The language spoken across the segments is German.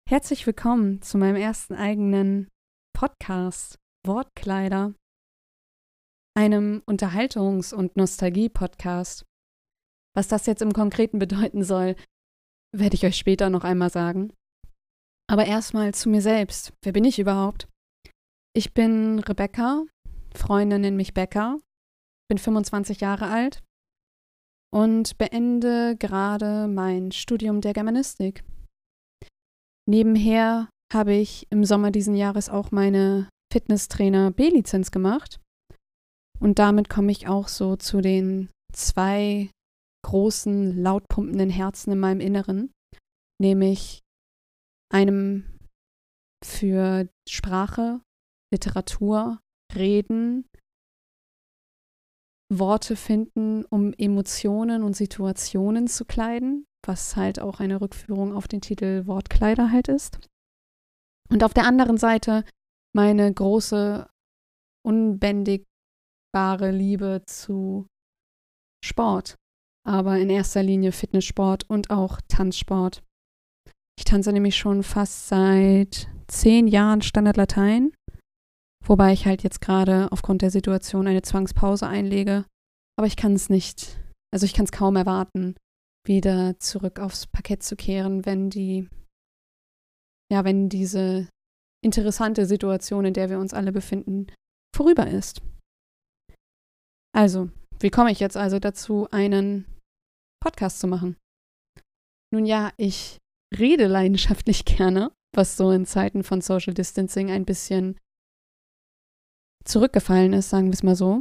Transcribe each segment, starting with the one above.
Herzlich willkommen zu meinem ersten eigenen Podcast, Wortkleider, einem Unterhaltungs- und Nostalgie-Podcast. Was das jetzt im Konkreten bedeuten soll, werde ich euch später noch einmal sagen. Aber erstmal zu mir selbst. Wer bin ich überhaupt? Ich bin Rebecca, Freunde nennen mich Becca, bin 25 Jahre alt und beende gerade mein Studium der Germanistik. Nebenher habe ich im Sommer diesen Jahres auch meine Fitnesstrainer B-Lizenz gemacht. Und damit komme ich auch so zu den zwei großen, laut pumpenden Herzen in meinem Inneren, nämlich einem für Sprache, Literatur, Reden, Worte finden, um Emotionen und Situationen zu kleiden, was halt auch eine Rückführung auf den Titel Wortkleider halt ist. Und auf der anderen Seite meine große, unbändigbare Liebe zu Sport, aber in erster Linie Fitnesssport und auch Tanzsport. Ich tanze nämlich schon fast seit 10 Jahren Standard Latein, wobei ich halt jetzt gerade aufgrund der Situation eine Zwangspause einlege. Aber ich kann es nicht, also ich kann es kaum erwarten, wieder zurück aufs Parkett zu kehren, wenn diese interessante Situation, in der wir uns alle befinden, vorüber ist. Also, wie komme ich jetzt also dazu, einen Podcast zu machen? Nun ja, ich rede leidenschaftlich gerne, was so in Zeiten von Social Distancing ein bisschen zurückgefallen ist, sagen wir es mal so.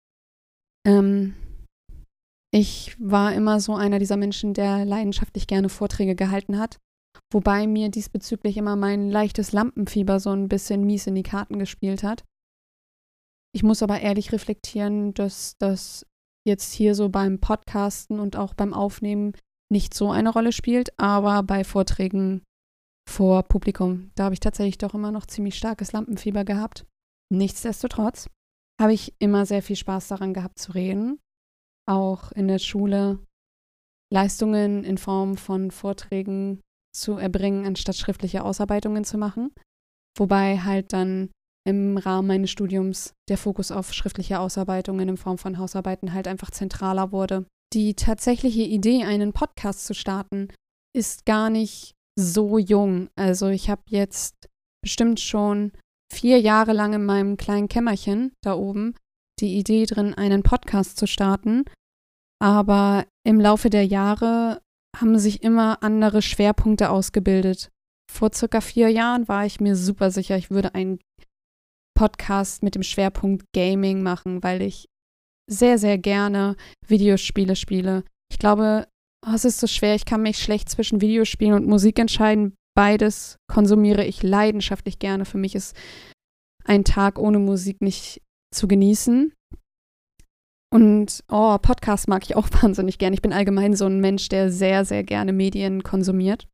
Ich war immer so einer dieser Menschen, der leidenschaftlich gerne Vorträge gehalten hat, wobei mir diesbezüglich immer mein leichtes Lampenfieber so ein bisschen mies in die Karten gespielt hat. Ich muss aber ehrlich reflektieren, dass das jetzt hier so beim Podcasten und auch beim Aufnehmen nicht so eine Rolle spielt, aber bei Vorträgen vor Publikum, da habe ich tatsächlich doch immer noch ziemlich starkes Lampenfieber gehabt. Nichtsdestotrotz habe ich immer sehr viel Spaß daran gehabt zu reden, auch in der Schule Leistungen in Form von Vorträgen zu erbringen, anstatt schriftliche Ausarbeitungen zu machen, wobei halt dann im Rahmen meines Studiums der Fokus auf schriftliche Ausarbeitungen in Form von Hausarbeiten halt einfach zentraler wurde. Die tatsächliche Idee, einen Podcast zu starten, ist gar nicht so jung. Also ich habe jetzt bestimmt schon 4 Jahre lang in meinem kleinen Kämmerchen da oben die Idee drin, einen Podcast zu starten. Aber im Laufe der Jahre haben sich immer andere Schwerpunkte ausgebildet. Vor circa 4 Jahren war ich mir super sicher, ich würde einen Podcast mit dem Schwerpunkt Gaming machen, weil ich sehr, sehr gerne Videospiele spiele. Ich glaube, es ist so schwer, ich kann mich schlecht zwischen Videospielen und Musik entscheiden. Beides konsumiere ich leidenschaftlich gerne. Für mich ist ein Tag ohne Musik nicht zu genießen. Und Podcast mag ich auch wahnsinnig gerne. Ich bin allgemein so ein Mensch, der sehr, sehr gerne Medien konsumiert.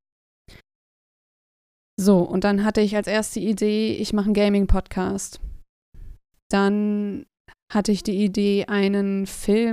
So, und dann hatte ich als erste Idee, ich mache einen Gaming-Podcast. Dann hatte ich die Idee, einen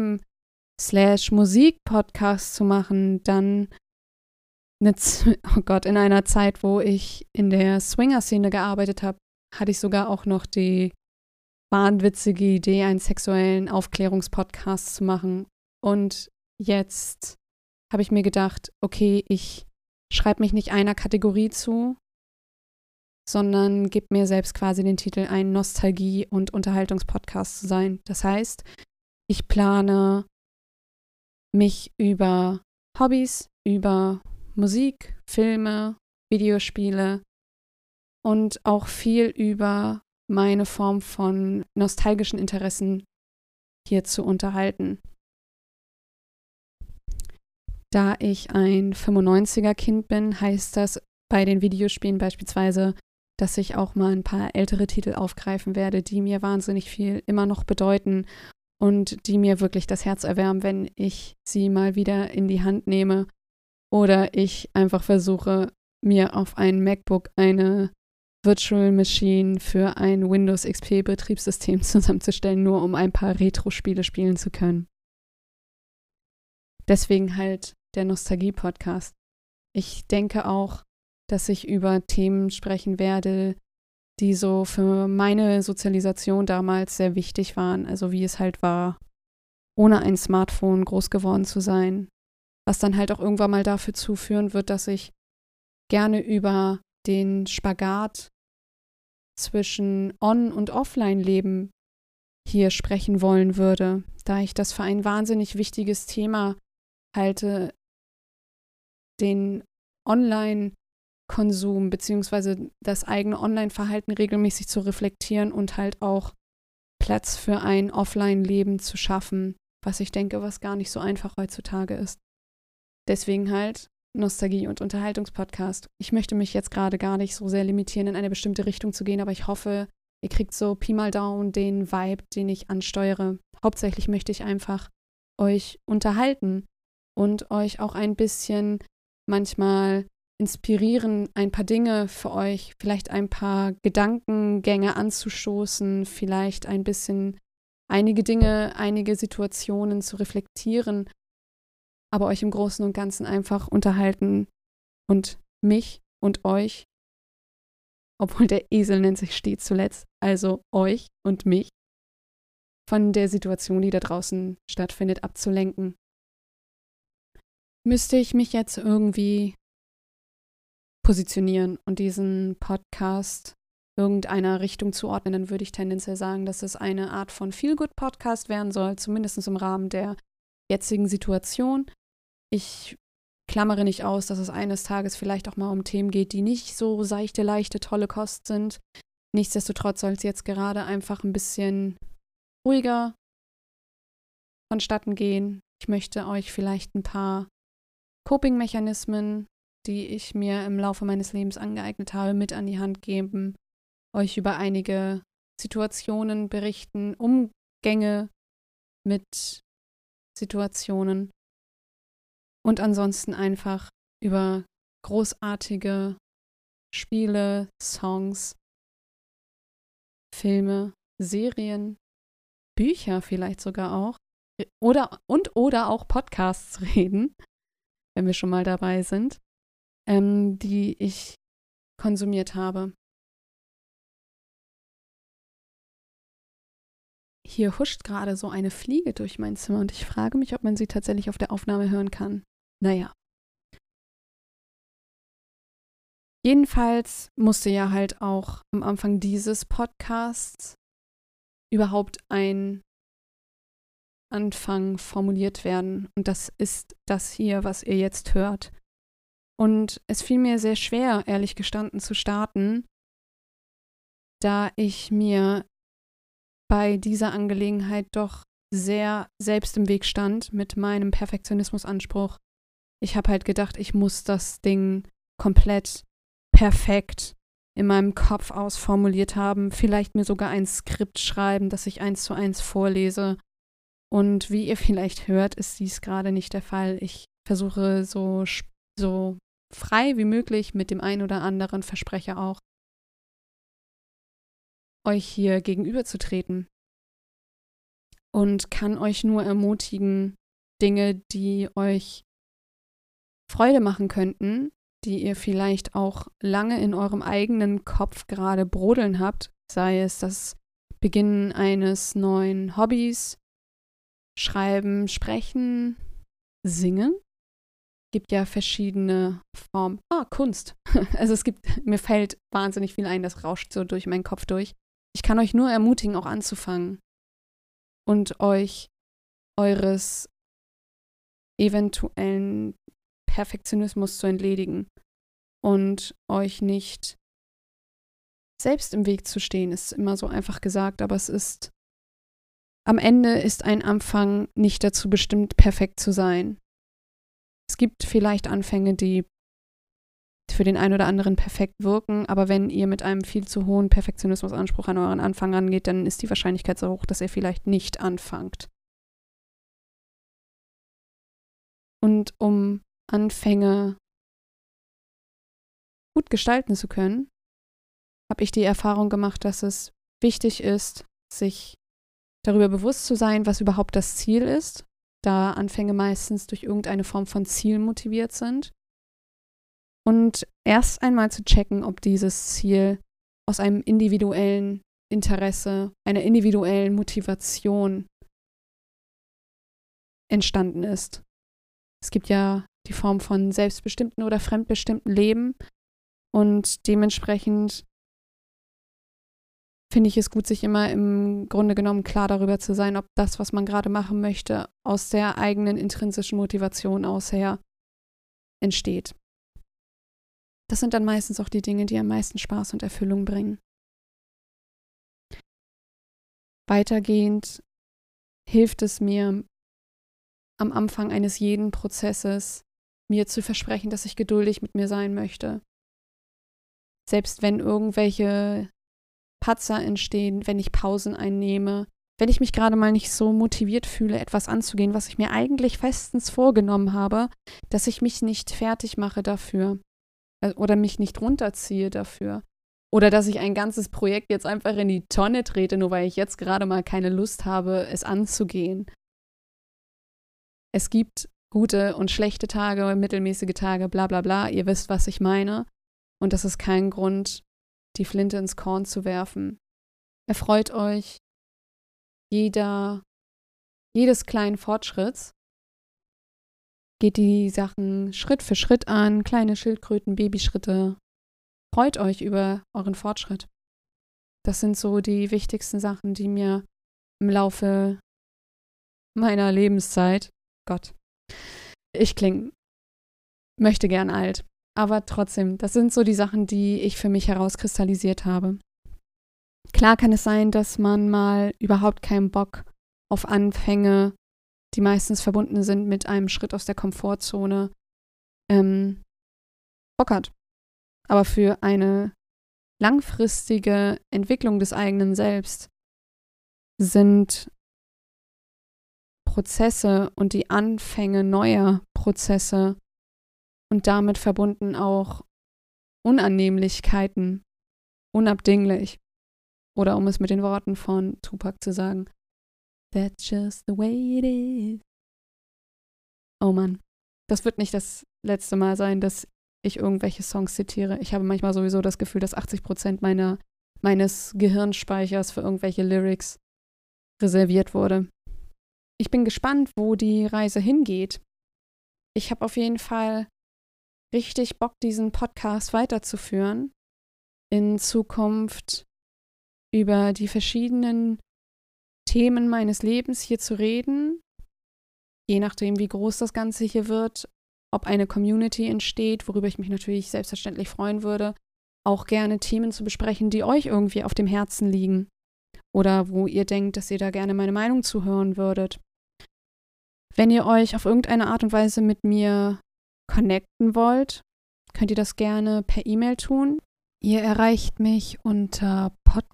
Film/Musik-Podcast zu machen. Dann in einer Zeit, wo ich in der Swinger-Szene gearbeitet habe, hatte ich sogar auch noch die wahnwitzige Idee, einen sexuellen Aufklärungspodcast zu machen. Und jetzt habe ich mir gedacht, okay, ich schreibe mich nicht einer Kategorie zu, sondern gebe mir selbst quasi den Titel, ein Nostalgie- und Unterhaltungspodcast zu sein. Das heißt, ich plane, mich über Hobbys, über Musik, Filme, Videospiele und auch viel über meine Form von nostalgischen Interessen hier zu unterhalten. Da ich ein 95er-Kind bin, heißt das bei den Videospielen beispielsweise, dass ich auch mal ein paar ältere Titel aufgreifen werde, die mir wahnsinnig viel immer noch bedeuten und die mir wirklich das Herz erwärmen, wenn ich sie mal wieder in die Hand nehme oder ich einfach versuche, mir auf ein MacBook eine Virtual Machine für ein Windows XP Betriebssystem zusammenzustellen, nur um ein paar Retro-Spiele spielen zu können. Deswegen halt der Nostalgie-Podcast. Ich denke auch, dass ich über Themen sprechen werde, die so für meine Sozialisation damals sehr wichtig waren. Also wie es halt war, ohne ein Smartphone groß geworden zu sein. Was dann halt auch irgendwann mal dafür zuführen wird, dass ich gerne über den Spagat zwischen On- und Offline-Leben hier sprechen wollen würde, da ich das für ein wahnsinnig wichtiges Thema halte, den Online-Konsum bzw. das eigene Online-Verhalten regelmäßig zu reflektieren und halt auch Platz für ein Offline-Leben zu schaffen, was ich denke, was gar nicht so einfach heutzutage ist. Deswegen halt Nostalgie- und Unterhaltungspodcast. Ich möchte mich jetzt gerade gar nicht so sehr limitieren, in eine bestimmte Richtung zu gehen, aber ich hoffe, ihr kriegt so Pi mal Daumen den Vibe, den ich ansteuere. Hauptsächlich möchte ich einfach euch unterhalten und euch auch ein bisschen manchmal inspirieren, ein paar Dinge für euch, vielleicht ein paar Gedankengänge anzustoßen, vielleicht ein bisschen einige Dinge, einige Situationen zu reflektieren, aber euch im Großen und Ganzen einfach unterhalten und mich und euch, obwohl der Esel nennt sich stets zuletzt, also euch und mich, von der Situation, die da draußen stattfindet, abzulenken. Müsste ich mich jetzt irgendwie positionieren und diesen Podcast irgendeiner Richtung zuordnen, dann würde ich tendenziell sagen, dass es eine Art von Feel-Good-Podcast werden soll, zumindest im Rahmen der jetzigen Situation. Ich klammere nicht aus, dass es eines Tages vielleicht auch mal um Themen geht, die nicht so seichte, leichte, tolle Kost sind. Nichtsdestotrotz soll es jetzt gerade einfach ein bisschen ruhiger vonstatten gehen. Ich möchte euch vielleicht ein paar Coping-Mechanismen, die ich mir im Laufe meines Lebens angeeignet habe, mit an die Hand geben, euch über einige Situationen berichten, Umgänge mit Situationen und ansonsten einfach über großartige Spiele, Songs, Filme, Serien, Bücher vielleicht sogar auch oder auch Podcasts reden, wenn wir schon mal dabei sind, die ich konsumiert habe. Hier huscht gerade so eine Fliege durch mein Zimmer und ich frage mich, ob man sie tatsächlich auf der Aufnahme hören kann. Naja. Jedenfalls musste ja halt auch am Anfang dieses Podcasts überhaupt ein Anfang formuliert werden. Und das ist das hier, was ihr jetzt hört. Und es fiel mir sehr schwer, ehrlich gestanden, zu starten, da ich mir bei dieser Angelegenheit doch sehr selbst im Weg stand mit meinem Perfektionismusanspruch. Ich habe halt gedacht, ich muss das Ding komplett perfekt in meinem Kopf ausformuliert haben, vielleicht mir sogar ein Skript schreiben, das ich 1:1 vorlese. Und wie ihr vielleicht hört, ist dies gerade nicht der Fall. Ich versuche so frei wie möglich mit dem einen oder anderen Versprecher auch, euch hier gegenüberzutreten. Und kann euch nur ermutigen, Dinge, die euch Freude machen könnten, die ihr vielleicht auch lange in eurem eigenen Kopf gerade brodeln habt, sei es das Beginnen eines neuen Hobbys, Schreiben, Sprechen, Singen. Gibt ja verschiedene Formen. Kunst. Also mir fällt wahnsinnig viel ein, das rauscht so durch meinen Kopf durch. Ich kann euch nur ermutigen, auch anzufangen und euch eures eventuellen Perfektionismus zu entledigen und euch nicht selbst im Weg zu stehen, ist immer so einfach gesagt, aber am Ende ist ein Anfang nicht dazu bestimmt, perfekt zu sein. Es gibt vielleicht Anfänge, die für den einen oder anderen perfekt wirken, aber wenn ihr mit einem viel zu hohen Perfektionismusanspruch an euren Anfang rangeht, dann ist die Wahrscheinlichkeit so hoch, dass ihr vielleicht nicht anfangt. Und um Anfänge gut gestalten zu können, habe ich die Erfahrung gemacht, dass es wichtig ist, sich darüber bewusst zu sein, was überhaupt das Ziel ist, da Anfänge meistens durch irgendeine Form von Ziel motiviert sind. Und erst einmal zu checken, ob dieses Ziel aus einem individuellen Interesse, einer individuellen Motivation entstanden ist. Es gibt ja die Form von selbstbestimmten oder fremdbestimmten Leben und dementsprechend finde ich es gut, sich immer im Grunde genommen klar darüber zu sein, ob das, was man gerade machen möchte, aus der eigenen intrinsischen Motivation aus her entsteht. Das sind dann meistens auch die Dinge, die am meisten Spaß und Erfüllung bringen. Weitergehend hilft es mir, am Anfang eines jeden Prozesses mir zu versprechen, dass ich geduldig mit mir sein möchte. Selbst wenn irgendwelche Patzer entstehen, wenn ich Pausen einnehme, wenn ich mich gerade mal nicht so motiviert fühle, etwas anzugehen, was ich mir eigentlich festens vorgenommen habe, dass ich mich nicht fertig mache dafür oder mich nicht runterziehe dafür. Oder dass ich ein ganzes Projekt jetzt einfach in die Tonne trete, nur weil ich jetzt gerade mal keine Lust habe, es anzugehen. Es gibt gute und schlechte Tage, mittelmäßige Tage, bla bla bla. Ihr wisst, was ich meine. Und das ist kein Grund, die Flinte ins Korn zu werfen. Erfreut euch jedes kleinen Fortschritts. Geht die Sachen Schritt für Schritt an, kleine Schildkröten, Babyschritte. Freut euch über euren Fortschritt. Das sind so die wichtigsten Sachen, die mir im Laufe meiner Lebenszeit, Gott, ich möchte gern alt, aber trotzdem, das sind so die Sachen, die ich für mich herauskristallisiert habe. Klar kann es sein, dass man mal überhaupt keinen Bock auf Anfänge, die meistens verbunden sind mit einem Schritt aus der Komfortzone, Bock hat. Aber für eine langfristige Entwicklung des eigenen Selbst sind Prozesse und die Anfänge neuer Prozesse und damit verbunden auch Unannehmlichkeiten unabdinglich. Oder um es mit den Worten von Tupac zu sagen, that's just the way it is. Oh Mann, das wird nicht das letzte Mal sein, dass ich irgendwelche Songs zitiere. Ich habe manchmal sowieso das Gefühl, dass 80% meines Gehirnspeichers für irgendwelche Lyrics reserviert wurde. Ich bin gespannt, wo die Reise hingeht. Ich habe auf jeden Fall richtig Bock, diesen Podcast weiterzuführen. In Zukunft über die verschiedenen Themen meines Lebens hier zu reden. Je nachdem, wie groß das Ganze hier wird, ob eine Community entsteht, worüber ich mich natürlich selbstverständlich freuen würde, auch gerne Themen zu besprechen, die euch irgendwie auf dem Herzen liegen oder wo ihr denkt, dass ihr da gerne meine Meinung zuhören würdet. Wenn ihr euch auf irgendeine Art und Weise mit mir connecten wollt, könnt ihr das gerne per E-Mail tun. Ihr erreicht mich unter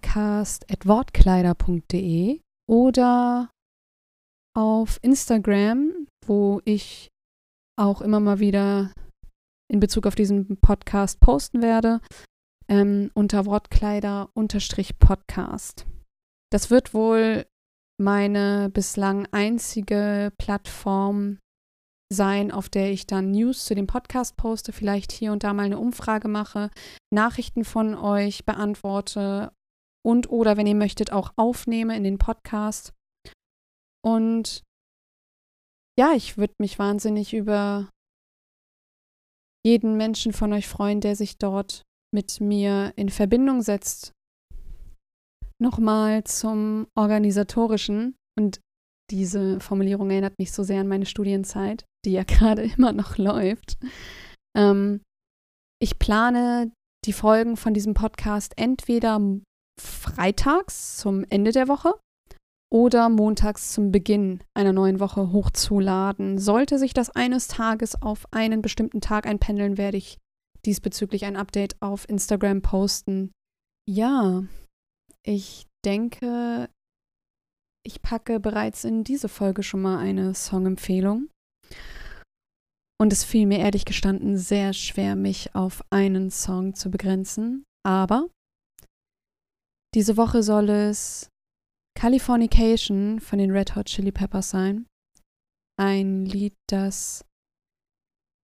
podcast@wortkleider.de oder auf Instagram, wo ich auch immer mal wieder in Bezug auf diesen Podcast posten werde, unter Wortkleider_Podcast. Das wird wohl meine bislang einzige Plattform sein, auf der ich dann News zu dem Podcast poste, vielleicht hier und da mal eine Umfrage mache, Nachrichten von euch beantworte und oder, wenn ihr möchtet, auch aufnehme in den Podcast. Und ja, ich würde mich wahnsinnig über jeden Menschen von euch freuen, der sich dort mit mir in Verbindung setzt. Nochmal zum Organisatorischen. Und diese Formulierung erinnert mich so sehr an meine Studienzeit, die ja gerade immer noch läuft. Ich plane die Folgen von diesem Podcast entweder freitags zum Ende der Woche oder montags zum Beginn einer neuen Woche hochzuladen. Sollte sich das eines Tages auf einen bestimmten Tag einpendeln, werde ich diesbezüglich ein Update auf Instagram posten. Ja, ich denke, ich packe bereits in diese Folge schon mal eine Songempfehlung. Und es fiel mir ehrlich gestanden sehr schwer, mich auf einen Song zu begrenzen. Aber diese Woche soll es Californication von den Red Hot Chili Peppers sein. Ein Lied, das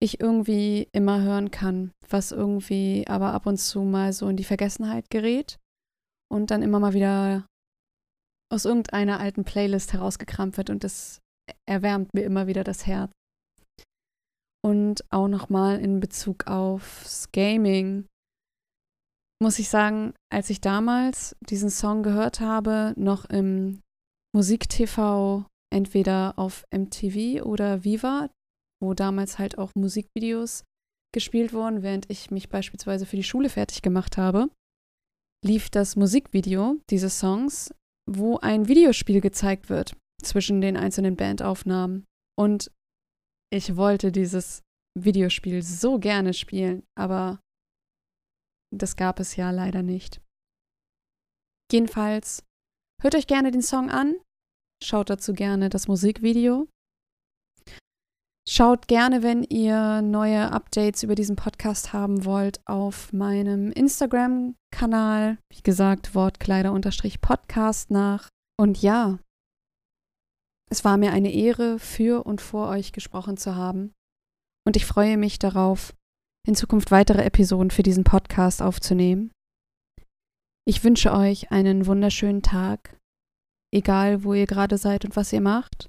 ich irgendwie immer hören kann, was irgendwie aber ab und zu mal so in die Vergessenheit gerät und dann immer mal wieder aus irgendeiner alten Playlist herausgekramt wird und das erwärmt mir immer wieder das Herz. Und auch nochmal in Bezug aufs Gaming muss ich sagen, als ich damals diesen Song gehört habe, noch im Musik-TV, entweder auf MTV oder Viva, wo damals halt auch Musikvideos gespielt wurden, während ich mich beispielsweise für die Schule fertig gemacht habe, lief das Musikvideo dieses Songs, wo ein Videospiel gezeigt wird zwischen den einzelnen Bandaufnahmen. Und ich wollte dieses Videospiel so gerne spielen, aber das gab es ja leider nicht. Jedenfalls, hört euch gerne den Song an, schaut dazu gerne das Musikvideo. Schaut gerne, wenn ihr neue Updates über diesen Podcast haben wollt, auf meinem Instagram-Kanal, wie gesagt, Wortkleider_Podcast nach. Und ja, es war mir eine Ehre, für und vor euch gesprochen zu haben. Und ich freue mich darauf, in Zukunft weitere Episoden für diesen Podcast aufzunehmen. Ich wünsche euch einen wunderschönen Tag, egal wo ihr gerade seid und was ihr macht.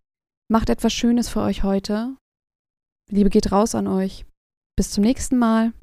Macht etwas Schönes für euch heute. Liebe geht raus an euch. Bis zum nächsten Mal.